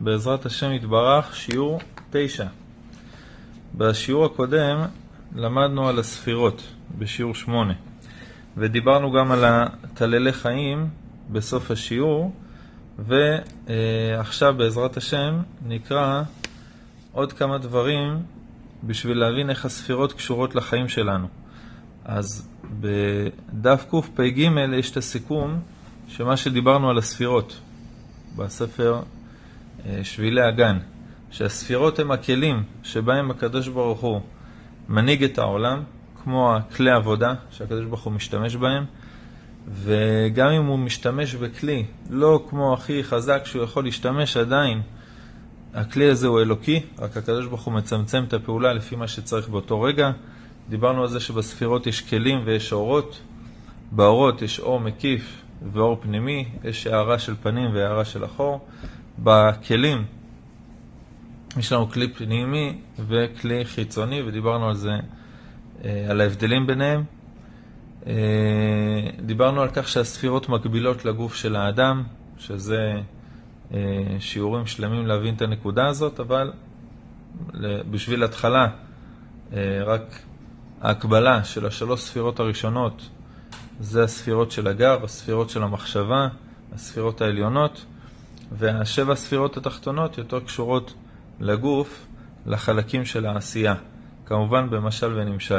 בעזרת השם יתברך, שיעור 9. בשיעור הקודם למדנו על הספירות, בשיעור 8, ודיברנו גם על התללי חיים בסוף השיעור, ועכשיו בעזרת השם נקרא עוד כמה דברים בשביל להבין איך הספירות קשורות לחיים שלנו. אז בדף קפ"ג יש את הסיכום שמה שדיברנו על הספירות בספר שבילי הגן, שהספירות הם הכלים שבהם הקדוש ברוך הוא מנהיג את העולם, כמו הכלי עבודה שהקדוש ברוך הוא משתמש בהם, וגם אם הוא משתמש בכלי לא כמו הכי חזק שהוא יכול להשתמש, עדיין הכלי הזה הוא אלוקי, רק הקדוש ברוך הוא מצמצם את הפעולה לפי מה שצריך באותו רגע. דיברנו על זה שבספירות יש כלים ויש אורות. באורות יש אור מקיף ואור פנימי, יש הערה של פנים והערה של אחור. בכלים יש לנו כלי פנימי וכלי חיצוני, ודיברנו על זה, על ההבדלים ביניהם. דיברנו על כך שהספירות מקבילות לגוף של האדם, שזה שיעורים שלמים להבין את הנקודה הזאת, אבל בשביל התחלה רק ההקבלה של השלוש ספירות הראשונות זה הספירות של הגב, הספירות של המחשבה, הספירות העליונות, והשבע ספירות התחתונות יותר קשורות לגוף, לחלקים של העשייה, כמובן במשל ונמשל.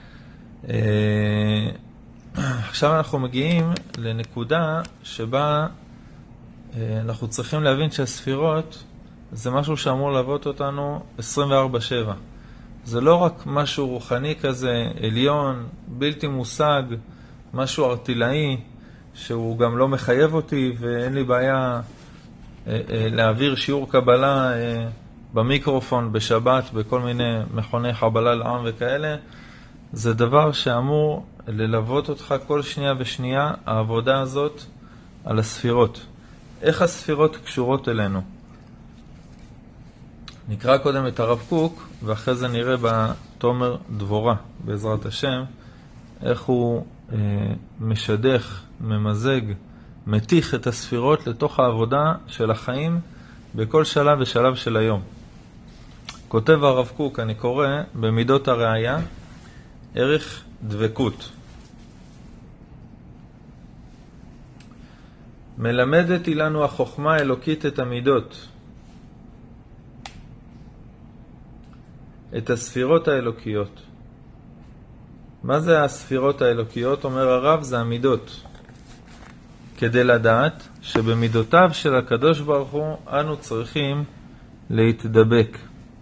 עכשיו אנחנו מגיעים לנקודה שבה אנחנו צריכים להבין שהספירות זה משהו שאמור לעבוד אותנו 24/7. זה לא רק משהו רוחני כזה, עליון, בלתי מושג, משהו ארטילאי, שהוא גם לא מחייב אותי ואין לי בעיה להעביר שיעור קבלה במיקרופון בשבת בכל מיני מכוני חבלה לעם וכאלה. זה דבר שאמור ללוות אותך כל שנייה ושנייה, העבודה הזאת על הספירות. איך הספירות קשורות אלינו? נקרא קודם את הרב קוק, ואחרי זה נראה בתומר דבורה, בעזרת השם, איך הוא משדך, ממזג, מתיך את הספירות לתוך העבודה של החיים בכל שלב ושלב של היום. כותב הרב קוק, אני קורא, במידות הראייה, ערך דבקות. מלמדת לנו החוכמה האלוקית את המידות, את הספירות האלוקיות. מה זה הספירות האלוקיות? אומר הרב, זה המידות. כדי לדעת שבמידותיו של הקדוש ברוך הוא אנו צריכים להתדבק.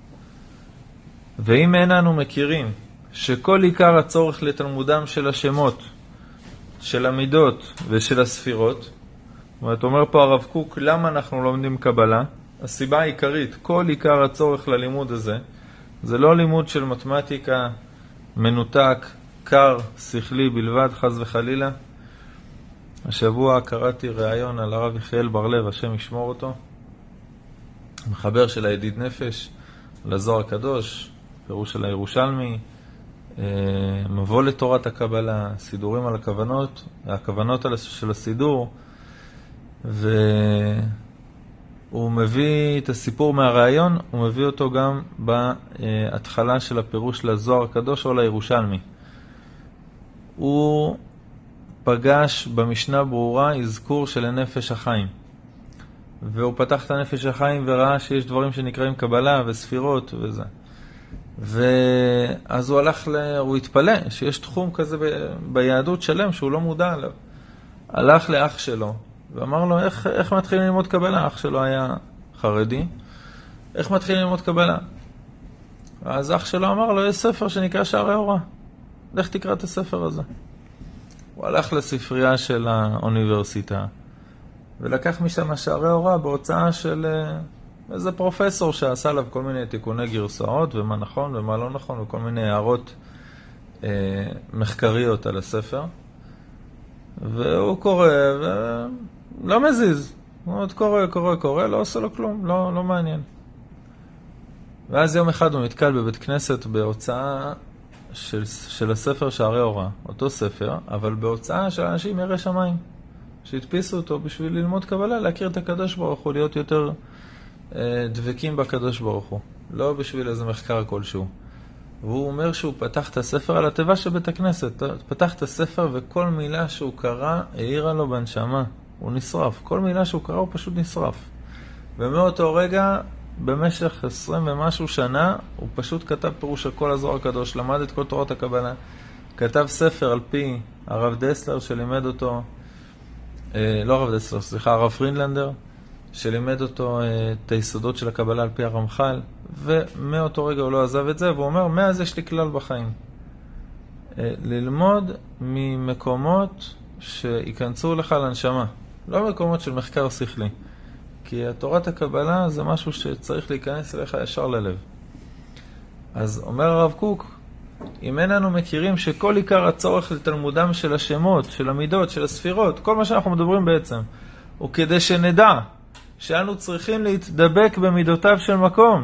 ואם איננו מכירים שכל עיקר הצורך לתלמודם של השמות, של המידות ושל הספירות, זאת אומרת, אומר פה הרב קוק, למה אנחנו לומדים קבלה? הסיבה העיקרית, כל עיקר הצורך ללימוד הזה, זה לא לימוד של מתמטיקה מנותק, קר, שכלי בלבד, חס וחלילה. השבוע קראתי ראיון על הרב יחיאל בר-לב, השם ישמור אותו, מחבר של הידיד נפש, לזוהר הקדוש, פירוש של הירושלמי, מבוא לתורת הקבלה, סידורים על הכוונות של הסידור, והוא מביא את הסיפור מהראיון, הוא מביא אותו גם בהתחלה של הפירוש לזוהר הקדוש או לירושלמי. הוא פגש במשנה ברורה אזכור של הנפש החיים, והוא פתח את הנפש החיים וראה שיש דברים שנקראים קבלה וספירות וזה. ואז הוא התפלא שיש תחום כזה ביהדות שלם שהוא לא מודע עליו. הלך לאח שלו ואמר לו, איך מתחילים ללמוד קבלה? אח שלו היה חרדי, איך מתחילים ללמוד קבלה? אז אח שלו אמר לו, יש ספר שנקרא שערי אורה, לך תקרא את הספר הזה. הוא הלך לספרייה של האוניברסיטה ולקח משם שערי אורה בהוצאה של איזה פרופסור שעשה עליו כל מיני תיקוני גרסאות ומה נכון ומה לא נכון וכל מיני הערות מחקריות על הספר. והוא קורא ולא מזיז, הוא עוד קורא, לא עושה לו כלום, לא מעניין. ואז יום אחד הוא מתקל בבית כנסת בהוצאה של הספר שערי אורה, אותו ספר, אבל בהוצאה של אנשים ירא שמיים, שהדפיסו אותו בשביל ללמוד קבלה, להכיר את הקדוש ברוך הוא, להיות יותר דבקים בקדוש ברוך הוא, לא בשביל איזה מחקר כלשהו. והוא אומר שהוא פתח את הספר על התיבה של בית הכנסת, פתח את הספר וכל מילה שהוא קרא העירה לו בנשמה, הוא נשרף, כל מילה שהוא קרא הוא פשוט נשרף. ומאותו רגע, במשך 20 ומשהו שנה, הוא פשוט כתב פירוש של כל הזוהר הקדוש, למד את כל תורת הקבלה, כתב ספר על פי הרב דסלר שלימד אותו, לא הרב דסלר, סליחה, הרב פרינלנדר, שלימד אותו את היסודות של הקבלה על פי הרמח"ל, ומאותו רגע הוא לא עזב את זה, והוא אומר, מאז יש לי כלל בחיים. ללמוד ממקומות שיכנסו לך לנשמה, לא מקומות של מחקר שכלי. כי תורת הקבלה זה משהו שצריך להיכנס אליך ישר ללב. אז אומר הרב קוק, אם איננו מכירים שכל עיקר הצורך לתלמודם של השמות, של המידות, של הספירות, כל מה שאנחנו מדברים בעצם, הוא כדי שנדע שאנו צריכים להתדבק במידותיו של מקום.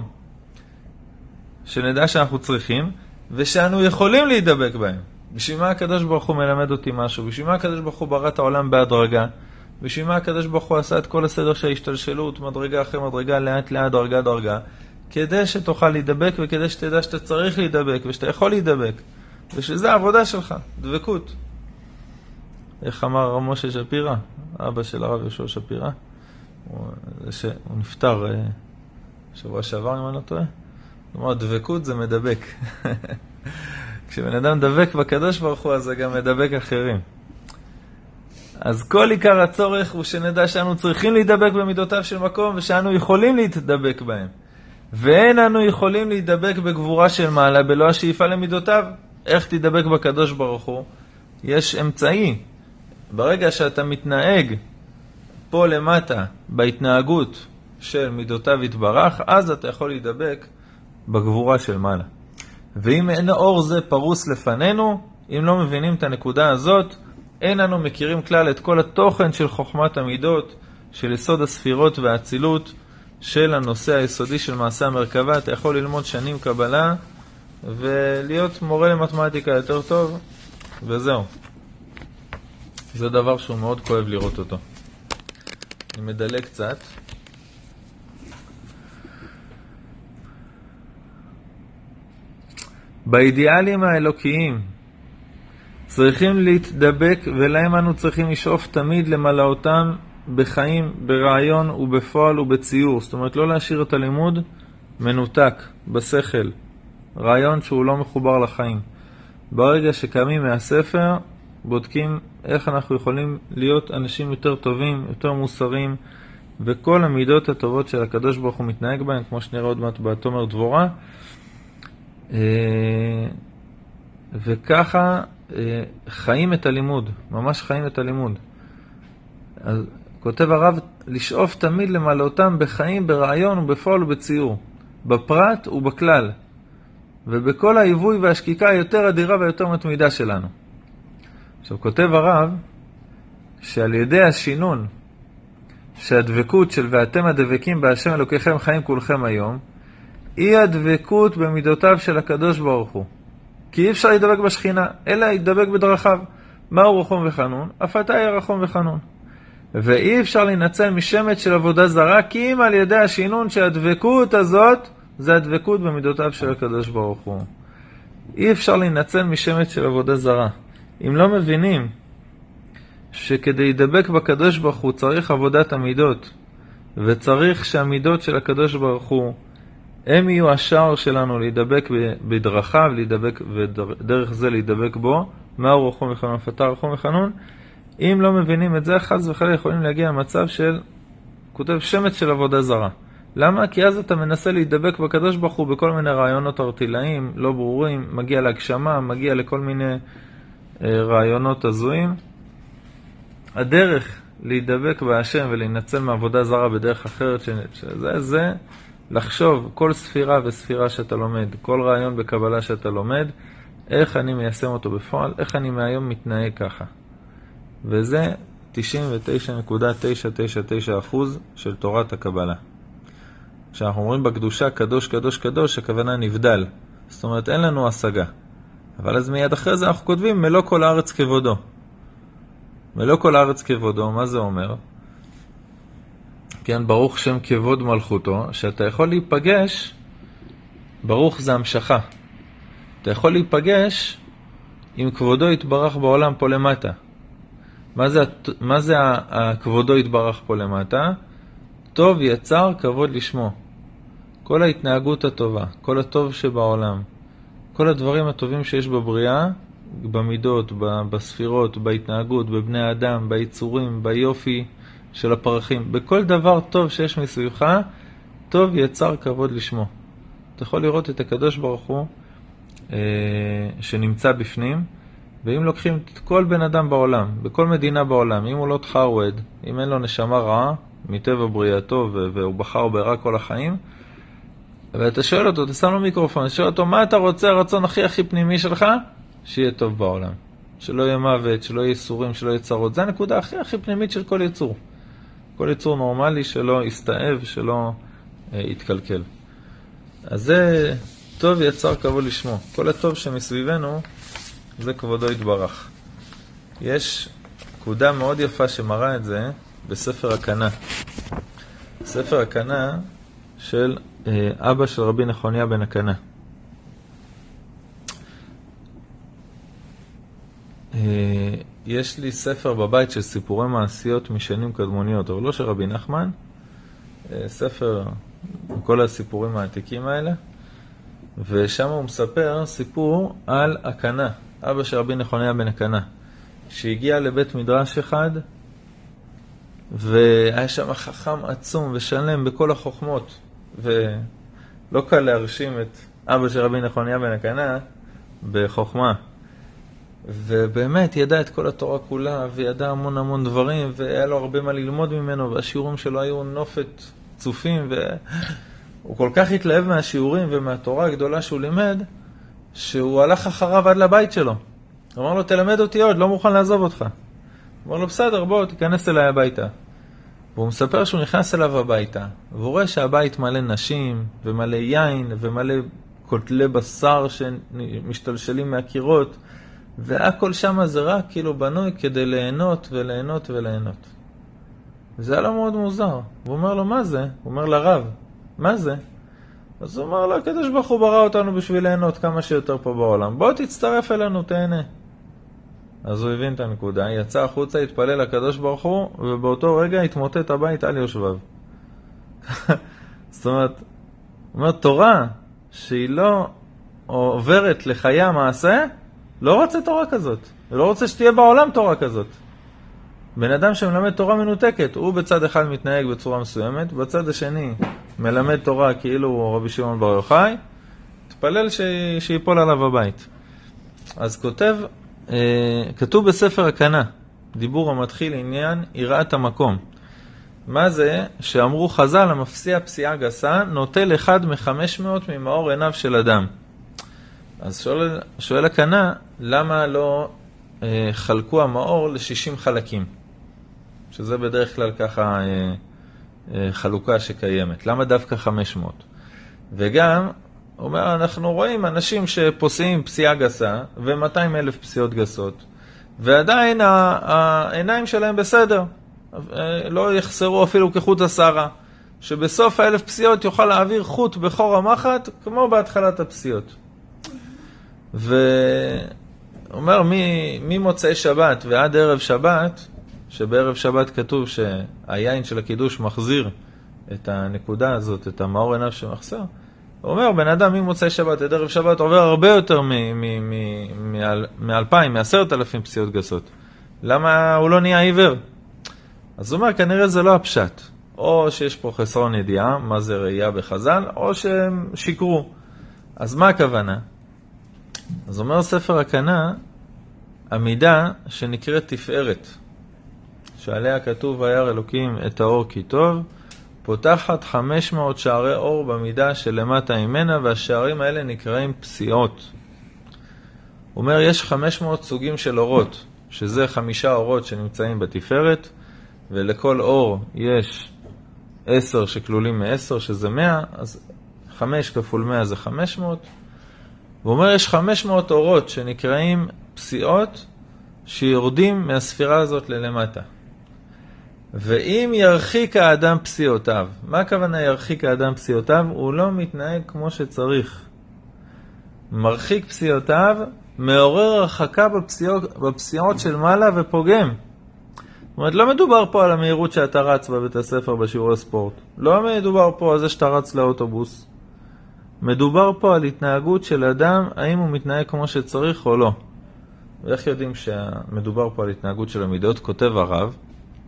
שנדע שאנחנו צריכים, ושאנו יכולים להתדבק בהם. בשביל מה הקדוש ברוך הוא מלמד אותי משהו? בשביל מה הקדוש ברוך הוא ברא את העולם בהדרגה? בשביל מה הקדוש ברוך הוא עשה את כל הסדר של ההשתלשלות, מדרגה אחרי מדרגה, לאט לאט, דרגה דרגה? כדי שתוכל להידבק וכדי שתדע שאתה צריך להידבק ושאתה יכול להידבק. ושזה העבודה שלך, דבקות. איך אמר הרב משה שפירא, אבא של הרב יהושע שפירא? הוא נפטר שבוע שעבר, אם אני לא טועה. זאת אומרת, דבקות זה מדבק. כשבן אדם דבק בקדוש ברוך הוא, אז זה גם מדבק אחרים. אז כל עיקר הצורך הוא שנדע שאנו צריכים להידבק במידותיו של מקום, ושאנו יכולים להתדבק בהם. ואין אנו יכולים להידבק בגבורה של מעלה, בלא השאיפה למידותיו. איך תידבק בקדוש ברוך הוא? יש אמצעי. ברגע שאתה מתנהג פה למטה בהתנהגות של מידותיו יתברך, אז אתה יכול להידבק בגבורה של מעלה. ואם אין אור זה פרוס לפנינו, אם לא מבינים את הנקודה הזאת, אין אנו מכירים כלל את כל התוכן של חוכמת המידות, של יסוד הספירות והאצילות, של הנושא היסודי של מעשה המרכבה. אתה יכול ללמוד שנים קבלה ולהיות מורה למתמטיקה יותר טוב, וזהו. זה דבר שהוא מאוד כואב לראות אותו. אני מדלג קצת. באידיאלים האלוקיים צריכים להתדבק, ולהם אנו צריכים לשאוף תמיד למלא אותם בחיים, ברעיון ובפועל ובציור. זאת אומרת, לא להשאיר את הלימוד מנותק, בשכל, רעיון שהוא לא מחובר לחיים. ברגע שקמים מהספר, בודקים איך אנחנו יכולים להיות אנשים יותר טובים, יותר מוסריים, וכל המידות הטובות של הקדוש ברוך הוא מתנהג בהם, כמו שנראה עוד מעט בתומר דבורה. וככה חיים את הלימוד, ממש חיים את הלימוד. אז כותב הרב, לשאוף תמיד למלא אותם בחיים, ברעיון ובפועל ובציור, בפרט ובכלל, ובכל העיווי והשקיקה היותר אדירה והיותר מתמידה שלנו. עכשיו כותב הרב שעל ידי השינון שהדבקות של ואתם הדבקים בהשם אלוקיכם חיים כולכם היום, היא הדבקות במידותיו של הקדוש ברוך הוא. כי אי אפשר להידבק בשכינה, אלא להידבק בדרכיו. מהו רחום וחנון? אף אתה יהיה רחום וחנון. ואי אפשר להינצל משמץ של עבודה זרה, כי אם על ידי השינון שהדבקות הזאת, זה הדבקות במידותיו של הקדוש ברוך הוא. אי אפשר להינצל משמץ של עבודה זרה. אם לא מבינים שכדי להידבק בקדוש ברוך הוא צריך עבודת המידות, וצריך שהמידות של הקדוש ברוך הוא הם יהיו השער שלנו להידבק בדרכיו, ודרך זה להידבק בו, מהו רחום וחנון? פתה רחום וחנון. אם לא מבינים את זה, חס וחלילה יכולים להגיע למצב של, כותב, שמץ של עבודה זרה. למה? כי אז אתה מנסה להידבק בקדוש ברוך הוא בכל מיני רעיונות ארטילאיים, לא ברורים, מגיע להגשמה, מגיע לכל מיני רעיונות הזויים. הדרך להידבק בהשם ולהינצל מעבודה זרה בדרך אחרת, זה לחשוב כל ספירה וספירה שאתה לומד, כל רעיון בקבלה שאתה לומד, איך אני מיישם אותו בפועל, איך אני מהיום מתנהג ככה. וזה 99.999% של תורת הקבלה. כשאנחנו אומרים בקדושה קדוש קדוש קדוש, הכוונה נבדל. זאת אומרת, אין לנו השגה. אבל אז מיד אחרי זה אנחנו כותבים מלוא כל הארץ כבודו. מלוא כל הארץ כבודו, מה זה אומר? כן, ברוך שם כבוד מלכותו, שאתה יכול להיפגש, ברוך זה המשכה. אתה יכול להיפגש עם כבודו יתברך בעולם פה למטה. מה זה הכבודו יתברך פה למטה? טוב יצר כבוד לשמו. כל ההתנהגות הטובה, כל הטוב שבעולם, כל הדברים הטובים שיש בבריאה, במידות, בספירות, בהתנהגות, בבני האדם, ביצורים, ביופי של הפרחים, בכל דבר טוב שיש מסביבך, טוב יצר כבוד לשמו. אתה יכול לראות את הקדוש ברוך הוא שנמצא בפנים, ואם לוקחים את כל בן אדם בעולם, בכל מדינה בעולם, אם הוא לא תחרוד, אם אין לו נשמה רעה, מטבע בריאתו והוא בחר ברע כל החיים, ואתה שואל אותו, אתה שם לו מיקרופון, שואל אותו, מה אתה רוצה, הרצון הכי פנימי שלך? שיהיה טוב בעולם. שלא יהיה מוות, שלא יהיה איסורים, שלא יהיה צרות. זה הנקודה הכי פנימית של כל יצור. כל יצור נורמלי שלא יסתאב, שלא יתקלקל. אז זה טוב יצר כבוד לשמו. כל הטוב שמסביבנו זה כבודו יתברך. יש נקודה מאוד יפה שמראה את זה בספר הקנה. ספר הקנה של אבא של רבי נחוניה בן הקנה. יש לי ספר בבית של סיפורי מעשיות משנים קדמוניות, אבל לא של רבי נחמן, ספר עם כל הסיפורים העתיקים האלה, ושם הוא מספר סיפור על הקנה, אבא של רבי נחוניה בן הקנה, שהגיע לבית מדרש אחד, והיה שם חכם עצום ושלם בכל החוכמות, ולא קל להרשים את אבא של רבי נחוניה בן הקנה בחוכמה. ובאמת ידע את כל התורה כולה, וידע המון דברים, והיה לו הרבה מה ללמוד ממנו, והשיעורים שלו היו נופת צופים, והוא כל כך התלהב מהשיעורים ומהתורה הגדולה שהוא לימד, שהוא הלך אחריו עד לבית שלו. הוא אמר לו, תלמד אותי עוד, לא מוכן לעזוב אותך. הוא אמר לו, בסדר, בוא, תיכנס אליי הביתה. והוא מספר שהוא נכנס אליו הביתה, והוא רואה שהבית מלא נשים, ומלא יין, ומלא קוטלי בשר שמשתלשלים מהקירות, והכל שם זה רק כאילו בנוי כדי ליהנות וליהנות וליהנות. וזה היה לו מאוד מוזר. הוא אומר לו, מה זה? הוא אומר לרב, מה זה? אז הוא אומר לו, הקדוש ברוך הוא ברא אותנו בשביל ליהנות כמה שיותר פה בעולם. בוא תצטרף אלינו, תהנה. אז הוא הבין את הנקודה, יצא החוצה, התפלל לקדוש ברוך הוא, ובאותו רגע התמוטט הבית על יושביו. זאת אומרת, הוא אומר, תורה שהיא לא עוברת לחיי המעשה, לא רוצה תורה כזאת. לא רוצה שתהיה בעולם תורה כזאת. בן אדם שמלמד תורה מנותקת, הוא בצד אחד מתנהג בצורה מסוימת, בצד השני מלמד תורה כאילו רבי שמעון בר יוחאי, תפלל שיפול עליו הבית. אז כתוב בספר הקנה, דיבור המתחיל עניין יראת המקום. מה זה? שאמרו חז"ל, המפסיע פסיעה גסה, נוטל 1 מ-500 ממאור עיניו של אדם. אז שואל הקנה, למה לא חלקו המאור ל-60 חלקים? שזה בדרך כלל ככה חלוקה שקיימת. למה דווקא 500? וגם, אומר, אנחנו רואים אנשים שפוסעים פסיעה גסה, ו200,000 פסיעות גסות, ועדיין העיניים שלהם בסדר. לא יחסרו אפילו כחוט השערה. שבסוף 1,000 פסיעות יוכל להעביר חוט בחור המחט, כמו בהתחלת הפסיעות. ואומר, ממוצאי שבת ועד ערב שבת, שבערב שבת כתוב שהיין של הקידוש מחזיר את הנקודה הזאת, את המאור עיניו שמחסר, הוא אומר, בן אדם ממוצאי שבת עד ערב שבת עובר הרבה יותר מ-2,000, מ-10,000 פסיעות גסות. למה הוא לא נהיה עיוור? אז הוא אומר, כנראה זה לא הפשט. או שיש פה חסרון ידיעה, מה זה ראייה בחז"ל, או שהם שיקרו. אז מה הכוונה? אז אומר ספר הקנה, המידה שנקראת תפארת, שעליה כתוב וירא אלוקים את האור כי טוב, פותחת 500 שערי אור במידה שלמטה ממנה, והשערים האלה נקראים פסיעות. הוא אומר, יש 500 סוגים של אורות, שזה 5 אורות שנמצאים בתפארת, ולכל אור יש 10 שכלולים מ-10, שזה 100, אז 5 כפול 100 זה 500. הוא אומר, יש 500 אורות שנקראים פסיעות, שיורדים מהספירה הזאת ללמטה. ואם ירחיק האדם פסיעותיו, מה הכוונה ירחיק האדם פסיעותיו? הוא לא מתנהג כמו שצריך. מרחיק פסיעותיו, מעורר הרחקה בפסיעות של מעלה ופוגם. זאת אומרת, לא מדובר פה על המהירות שאתה רץ בבית הספר בשיעורי ספורט. לא מדובר פה על זה שאתה רץ לאוטובוס. מדובר פה על התנהגות של אדם, האם הוא מתנהג כמו שצריך או לא. ואיך יודעים שמדובר פה על התנהגות של המידות? כותב הרב,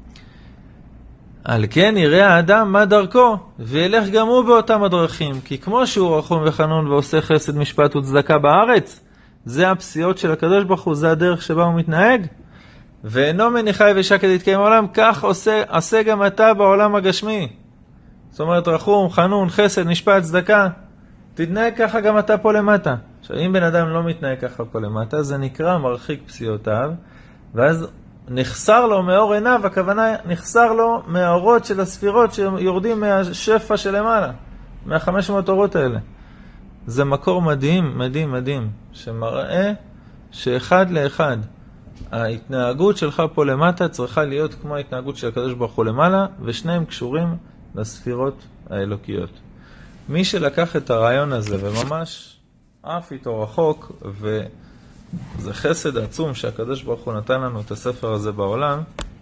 על כן יראה האדם מה דרכו, וילך גם הוא באותם הדרכים, כי כמו שהוא רחום וחנון ועושה חסד משפט וצדקה בארץ, זה הפסיעות של הקדוש ברוך הוא, זה הדרך שבה הוא מתנהג, ואינו מניחי ושקט יתקיים העולם, כך עושה גם אתה בעולם הגשמי. זאת אומרת, רחום, חנון, חסד, משפט, צדקה, תתנהג ככה גם אתה פה למטה. עכשיו, אם בן אדם לא מתנהג ככה פה למטה, זה נקרא מרחיק פסיעותיו, ואז נחסר לו מאור עיניו, הכוונה נחסר לו מהאורות של הספירות שיורדים מהשפע שלמעלה, מה-500 אורות האלה. זה מקור מדהים, מדהים, מדהים, שמראה שאחד לאחד, ההתנהגות שלך פה למטה צריכה להיות כמו ההתנהגות של הקדוש ברוך הוא למעלה, ושניהם קשורים לספירות האלוקיות. מי שלקח את הרעיון הזה וממש עף איתו רחוק, וזה חסד עצום שהקדוש ברוך הוא נתן לנו את הספר הזה בעולם,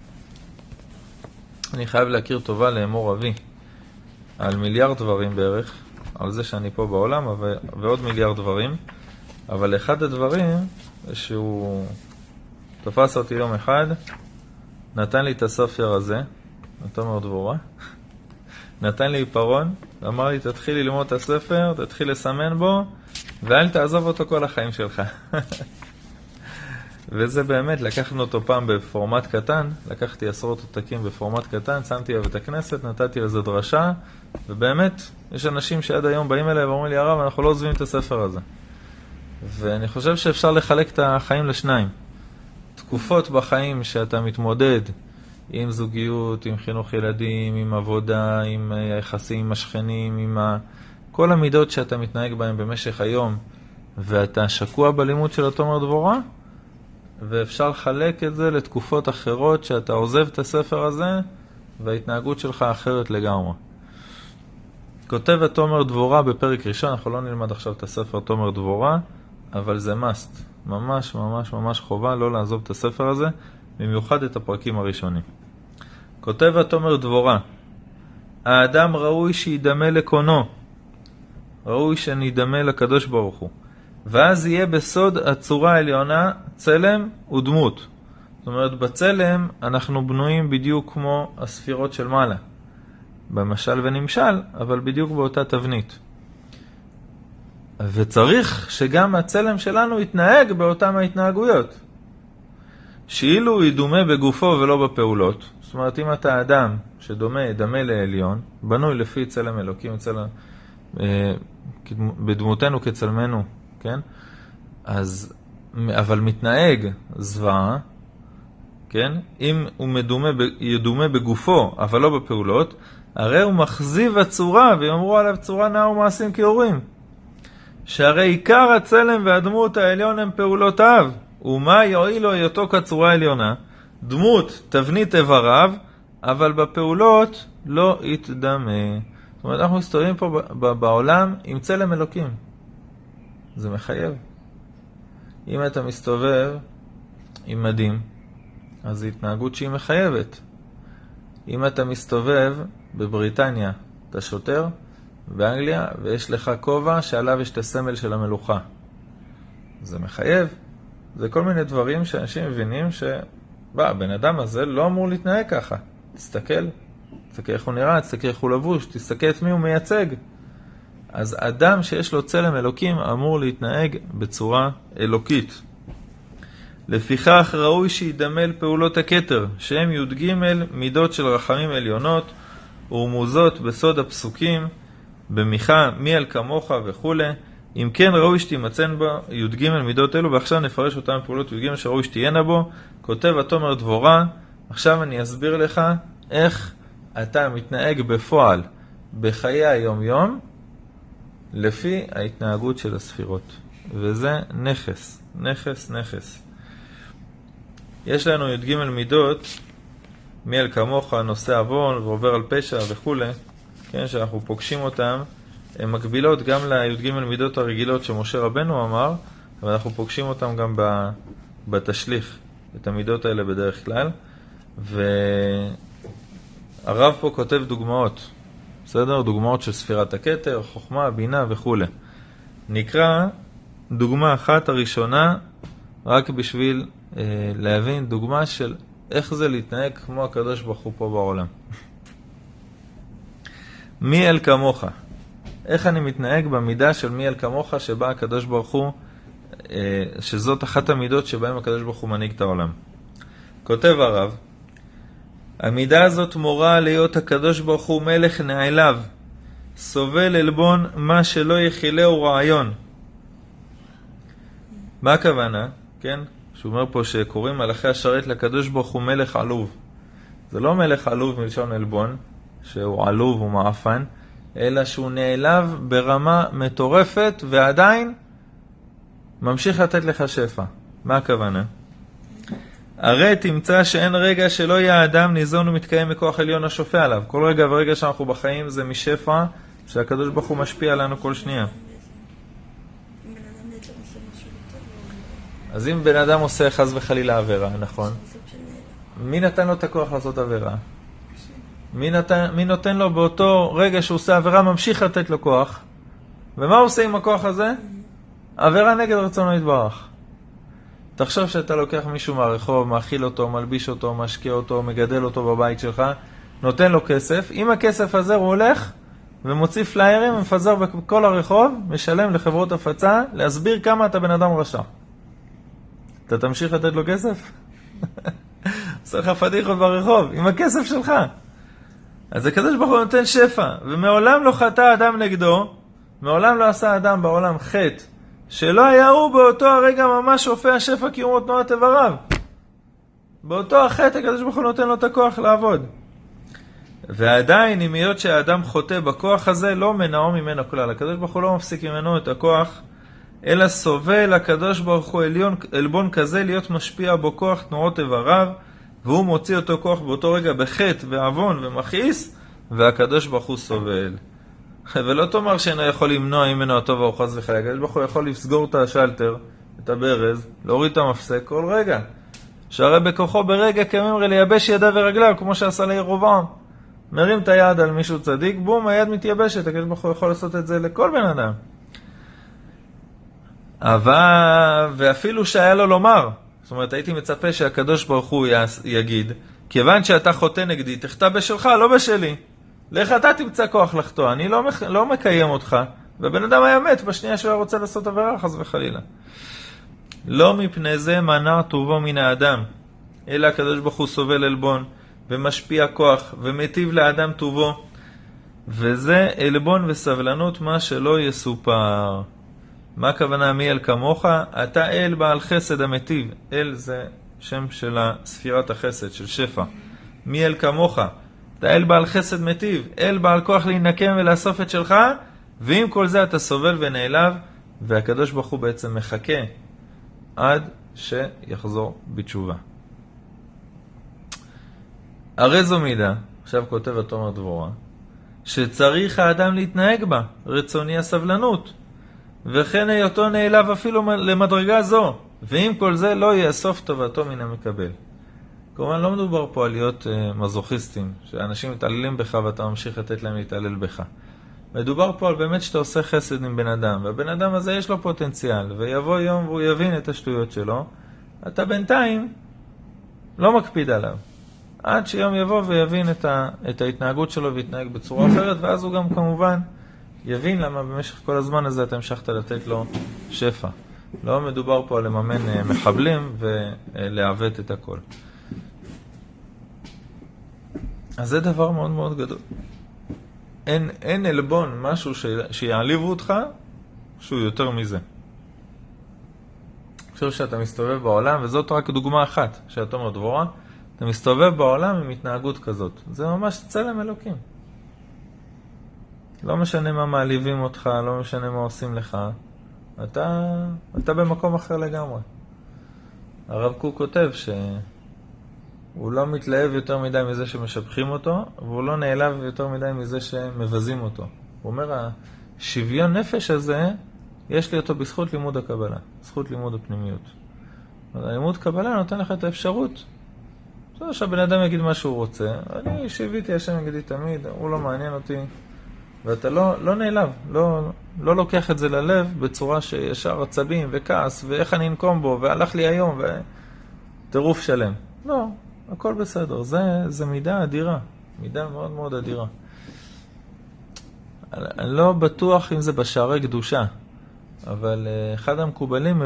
אני חייב להכיר טובה לאמור אבי, על מיליארד דברים בערך, על זה שאני פה בעולם, ועוד מיליארד דברים, אבל אחד הדברים שהוא תפס אותי יום אחד, נתן לי את הספר הזה, תומר דבורה, נתן לי עיפרון, אמר לי תתחיל ללמוד את הספר, תתחיל לסמן בו, ואל תעזוב אותו כל החיים שלך. וזה באמת, לקחנו אותו פעם בפורמט קטן, לקחתי 10 עותקים בפורמט קטן, שמתי בבית הכנסת, נתתי לזה דרשה, ובאמת, יש אנשים שעד היום באים אליי ואומרים לי, הרב, אנחנו לא עוזבים את הספר הזה. ואני חושב שאפשר לחלק את החיים לשניים. תקופות בחיים שאתה מתמודד עם זוגיות, עם חינוך ילדים, עם עבודה, עם היחסים עם השכנים, עם כל המידות שאתה מתנהג בהן במשך היום, ואתה שקוע בלימוד של תומר דבורה, ואפשר לחלק את זה לתקופות אחרות שאתה עוזב את הספר הזה, וההתנהגות שלך אחרת לגמרי. כותב תומר דבורה בפרק ראשון, אנחנו לא נלמד עכשיו את הספר תומר דבורה, אבל זה must, ממש ממש ממש חובה לא לעזוב את הספר הזה, במיוחד את הפרקים הראשונים. כותב תומר דבורה, האדם ראוי שידמה לקונו, ראוי שנידמה לקדוש ברוך הוא, ואז יהיה בסוד הצורה העליונה צלם ודמות. זאת אומרת, בצלם אנחנו בנויים בדיוק כמו הספירות של מעלה, במשל ונמשל, אבל בדיוק באותה תבנית. וצריך שגם הצלם שלנו יתנהג באותם ההתנהגויות. שאילו הוא ידומה בגופו ולא בפעולות. זאת אומרת, אם אתה אדם שדומה, דמה לעליון, בנוי לפי צלם אלוקים, צלם, בדמותנו כצלמנו, כן? אז, אבל מתנהג זוועה, כן? אם הוא ידומה בגופו, אבל לא בפעולות, הרי הוא מחזיב הצורה, ויאמרו עליו צורה נאה ומעשים כאורים. שהרי עיקר הצלם והדמות העליון הם פעולותיו, ומה יועיל לו היותו כצורה העליונה? דמות, תבנית איבריו, אבל בפעולות לא יתדמה. זאת אומרת, אנחנו מסתובבים פה בעולם עם צלם אלוקים. זה מחייב. אם אתה מסתובב עם מדים, אז זו התנהגות שהיא מחייבת. אם אתה מסתובב בבריטניה, אתה שוטר, באנגליה, ויש לך כובע שעליו יש את הסמל של המלוכה. זה מחייב. זה כל מיני דברים שאנשים מבינים הבן אדם הזה לא אמור להתנהג ככה. תסתכל איך הוא נראה, תסתכל איך הוא לבוש, תסתכל את מי הוא מייצג. אז אדם שיש לו צלם אלוקים אמור להתנהג בצורה אלוקית. לפיכך ראוי שידמה פעולות הכתר, שהם י"ג מידות של רחמים עליונות, ורמוזות בסוד הפסוקים, במיכה מי על כמוך וכו'. אם כן ראוי שתימצאן בו י"ג מידות אלו, ועכשיו נפרש אותם פעולות י"ג שראוי שתהיינה בו. כותב תומר דבורה, עכשיו אני אסביר לך איך אתה מתנהג בפועל בחיי היום יום, לפי ההתנהגות של הספירות. וזה נכס, נכס, נכס. יש לנו י"ג מידות מי אל כמוך נושא עוון ועובר על פשע וכו', כן, שאנחנו פוגשים אותם, הן מקבילות גם לי"ג מידות הרגילות שמשה רבנו אמר, אבל אנחנו פוגשים אותם גם בתשליך, את המידות האלה בדרך כלל. והרב פה כותב דוגמאות, בסדר? דוגמאות של ספירת הכתר, חוכמה, בינה וכו'. נקרא דוגמה אחת הראשונה, רק בשביל להבין דוגמה של איך זה להתנהג כמו הקדוש ברוך הוא פה בעולם. מי אל כמוך? איך אני מתנהג במידה של מי אל כמוך שבה הקדוש ברוך הוא, שזאת אחת המידות שבהם הקדוש ברוך הוא מנהיג את העולם. כותב הרב, המידה הזאת מורה להיות הקדוש ברוך הוא מלך נעליו, סובל אלבון מה שלא יכילהו רעיון. מה הכוונה? כן? שהוא אומר פה שקוראים מלאכי השרת לקדוש ברוך הוא מלך עלוב. זה לא מלך עלוב מלשון אלבון, שהוא עלוב ומעפן, אלא שהוא נעלב ברמה מטורפת ועדיין ממשיך לתת לך שפע. מה הכוונה? הרי תמצא שאין רגע שלא יהיה האדם ניזון ומתקיים מכוח עליון השופע עליו. כל רגע ורגע שאנחנו בחיים זה משפע שהקדוש ברוך הוא משפיע עלינו כל שנייה. אז אם בן אדם עושה חס וחלילה עבירה, נכון? מי נתן לו את הכוח לעשות עבירה? מי נותן לו באותו רגע שהוא עושה עבירה ממשיך לתת לו כוח? ומה הוא עושה עם הכוח הזה? עבירה נגד רצונו יתברך. תחשוב שאתה לוקח מישהו מהרחוב, מאכיל אותו, מלביש אותו, משקיע אותו, מגדל אותו בבית שלך, נותן לו כסף. עם הכסף הזה הוא הולך ומוציא פליירים ומפזר בכל הרחוב, משלם לחברות הפצה, להסביר כמה אתה בן אדם רשע. אתה תמשיך לתת לו כסף? עושה לך פדיחות ברחוב, עם הכסף שלך. אז הקדוש ברוך הוא נותן שפע, ומעולם לא חטא אדם נגדו, מעולם לא עשה אדם בעולם חטא, שלא היה הוא באותו הרגע ממש הופע השפע קיומו תנועת איבריו. באותו החטא הקדוש ברוך הוא נותן לו את הכוח לעבוד. ועדיין אם היות שהאדם חוטא בכוח הזה, לא מנעו ממנו כלל. הקדוש ברוך הוא לא מפסיק ממנו את הכוח, אלא סובל הקדוש ברוך הוא אלבון כזה להיות משפיע בו כוח תנועות איבריו, והוא מוציא אותו כוח באותו רגע בחטא ועוון ומכעיס, והקדוש ברוך הוא סובל. ולא תאמר שאינו יכול למנוע ממנו הטוב או חס וחלילה. הקדוש ברוך הוא יכול לסגור את השלטר, את הברז, להוריד את המפסק כל רגע. שהרי בכוחו ברגע כממרי לייבש ידיו ורגליו, כמו שעשה לירובעם. מרים את היד על מישהו צדיק, בום, היד מתייבשת. הקדוש ברוך הוא יכול לעשות את זה לכל בן אדם. אבל, ואפילו שהיה לו לומר, זאת אומרת, הייתי מצפה שהקדוש ברוך הוא יגיד, כיוון שאתה חוטא נגדי, תחטא בשלך, לא בשלי. לך אתה תמצא כוח לחטוא, אני לא מקיים אותך. ובן אדם היה מת בשנייה שהוא רוצה לעשות עבירה, חס וחלילה. לא מפני זה מנע טובו מן האדם, אלא הקדוש ברוך הוא סובל אלבון, ומשפיע כוח, ומטיב לאדם טובו. וזה אלבון וסבלנות מה שלא יסופר. מה הכוונה מי אל כמוך? אתה אל בעל חסד המטיב. אל זה שם של ספירת החסד, של שפע. מי אל כמוך? אתה אל בעל חסד מטיב, אל בעל כוח להינקם ולאסוף את שלך, ועם כל זה אתה סובל ונעלב, והקדוש ברוך הוא בעצם מחכה עד שיחזור בתשובה. הרי זו מידה, עכשיו כותב התומר דבורה, שצריך האדם להתנהג בה, רצוני הסבלנות, וכן היותו נעלב אפילו למדרגה זו, ועם כל זה לא יאסוף טובתו מן המקבל. כלומר, לא מדובר פה על להיות מזוכיסטים, שאנשים מתעללים בך ואתה ממשיך לתת להם להתעלל בך. מדובר פה על באמת שאתה עושה חסד עם בן אדם, והבן אדם הזה יש לו פוטנציאל, ויבוא יום והוא יבין את השטויות שלו, אתה בינתיים לא מקפיד עליו. עד שיום יבוא ויבין את ההתנהגות שלו ויתנהג בצורה אחרת, ואז הוא גם כמובן יבין למה במשך כל הזמן הזה אתה המשכת לתת לו שפע. לא מדובר פה על לממן מחבלים ולעוות את הכל. אז זה דבר מאוד מאוד גדול. אין אלבון משהו שיעליבו אותך שהוא יותר מזה. אני חושב שאתה מסתובב בעולם, וזאת רק דוגמה אחת שאתה אומר דבורה, אתה מסתובב בעולם עם התנהגות כזאת. זה ממש צלם אלוקים. לא משנה מה מעליבים אותך, לא משנה מה עושים לך, אתה במקום אחר לגמרי. הרב קוק כותב הוא לא מתלהב יותר מדי מזה שמשבחים אותו, והוא לא נעלב יותר מדי מזה שמבזים אותו. הוא אומר, השוויון נפש הזה, יש לי אותו בזכות לימוד הקבלה, זכות לימוד הפנימיות. לימוד קבלה נותן לך את האפשרות. זה שהבן אדם יגיד מה שהוא רוצה, אני שיוויתי, השם יגידי תמיד, הוא לא מעניין אותי. ואתה לא נעלב, לא לוקח את זה ללב בצורה שישר עצבים וכעס, ואיך אני אנקום בו, והלך לי היום, וטירוף שלם. לא, הכל בסדר. זה מידה אדירה, מידה מאוד מאוד אדירה. אני לא בטוח אם זה בשערי קדושה, אבל אחד המקובלים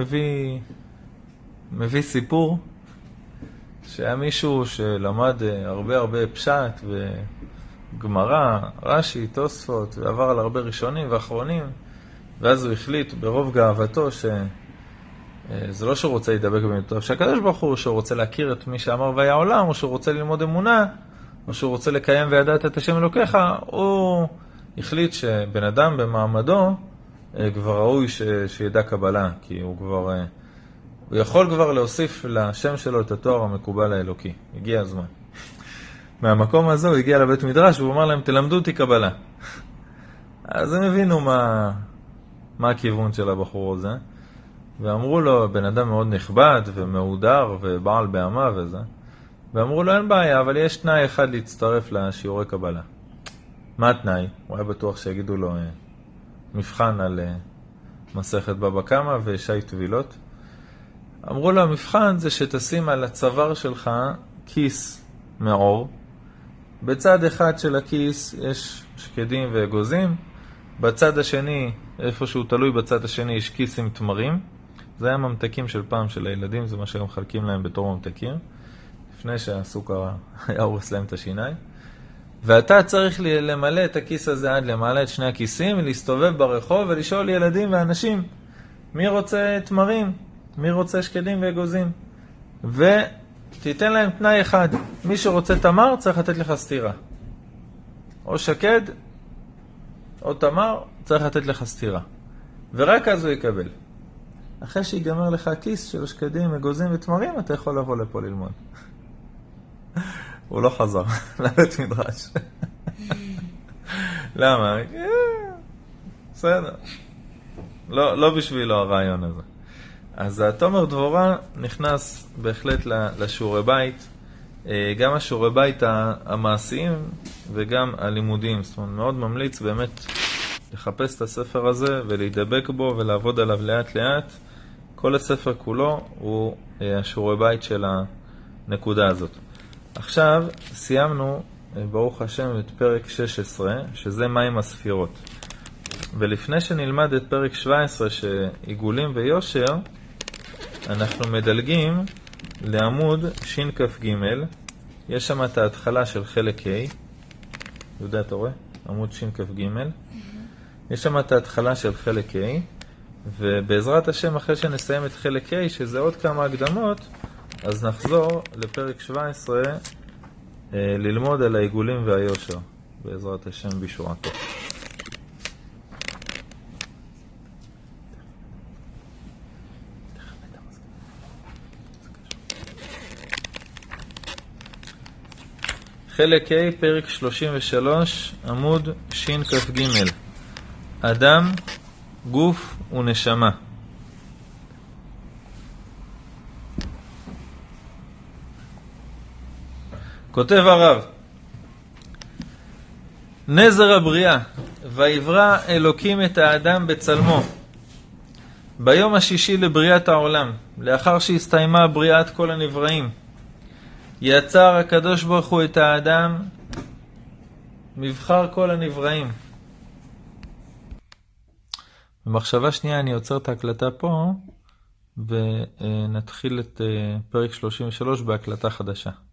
מביא סיפור שהיה מישהו שלמד הרבה פשט וגמרא, רש"י, תוספות, ועבר על הרבה ראשונים ואחרונים, ואז הוא החליט ברוב גאוותו שזה לא שהוא רוצה להידבק במידותיו, שהקדוש ברוך הוא שהוא רוצה להכיר את מי שאמר והיה עולם, או שהוא רוצה ללמוד אמונה, או שהוא רוצה לקיים וידעת את השם אלוקיך, הוא החליט שבן אדם במעמדו כבר ראוי שידע קבלה, כי הוא יכול כבר להוסיף לשם שלו את התואר המקובל האלוקי. הגיע הזמן. מהמקום הזה הוא הגיע לבית מדרש והוא אמר להם, תלמדו אותי קבלה. אז הם הבינו מה הכיוון של הבחור הזה, ואמרו לו, בן אדם מאוד נכבד ומהודר ובעל בעמה וזה, ואמרו לו, אין בעיה, אבל יש תנאי אחד להצטרף לשיעורי קבלה. מה התנאי? הוא היה בטוח שיגידו לו מבחן על מסכת בבא קמא ושי טבילות. אמרו לו, המבחן זה שתשים על הצוואר שלך כיס מעור. בצד אחד של הכיס יש שקדים ואגוזים, בצד השני, איפה שהוא תלוי בצד השני, יש כיס עם תמרים. זה היה ממתקים של פעם של הילדים, זה מה שהם מחלקים להם בתור ממתקים, לפני שהסוכר היה הורס להם את השיניים. ואתה צריך למלא את הכיס הזה עד למעלה, את שני הכיסים, ולהסתובב ברחוב ולשאול ילדים ואנשים, מי רוצה תמרים? מי רוצה שקדים ואגוזים? ותיתן להם תנאי אחד, מי שרוצה תמר צריך לתת לך סתירה. או שקד, או תמר, צריך לתת לך סתירה. ורק אז הוא יקבל. אחרי שיגמר לך הכיס של שקדים, אגוזים ותמרים, אתה יכול לבוא לפה ללמוד. הוא לא חזר לבית מדרש. למה? בסדר. לא בשבילו הרעיון הזה. אז התומר דבורה נכנס בהחלט לשיעורי בית, גם השיעורי בית המעשיים וגם הלימודיים. זאת אומרת, מאוד ממליץ באמת לחפש את הספר הזה ולהידבק בו ולעבוד עליו לאט לאט. כל הספר כולו הוא השיעורי בית של הנקודה הזאת. עכשיו סיימנו, ברוך השם, את פרק 16, שזה מים הספירות. ולפני שנלמד את פרק 17, שעיגולים ויושר, אנחנו מדלגים לעמוד שכ"ג. יש שם את ההתחלה של חלק ה'. יהודה, אתה רואה? עמוד שכ"ג. יש שם את ההתחלה של חלק ה', ובעזרת השם, אחרי שנסיים את חלק ה', שזה עוד כמה הקדמות, אז נחזור לפרק 17 ללמוד על העיגולים והיושר, בעזרת השם בישועתו. חלק ה', פרק 33, עמוד שכ"ג. אדם, גוף ונשמה. כותב הרב, נזר הבריאה, ויברא אלוקים את האדם בצלמו. ביום השישי לבריאת העולם, לאחר שהסתיימה בריאת כל הנבראים, יצר הקדוש ברוך הוא את האדם מבחר כל הנבראים. במחשבה שנייה אני עוצר את ההקלטה פה, ונתחיל את פרק 33 בהקלטה חדשה.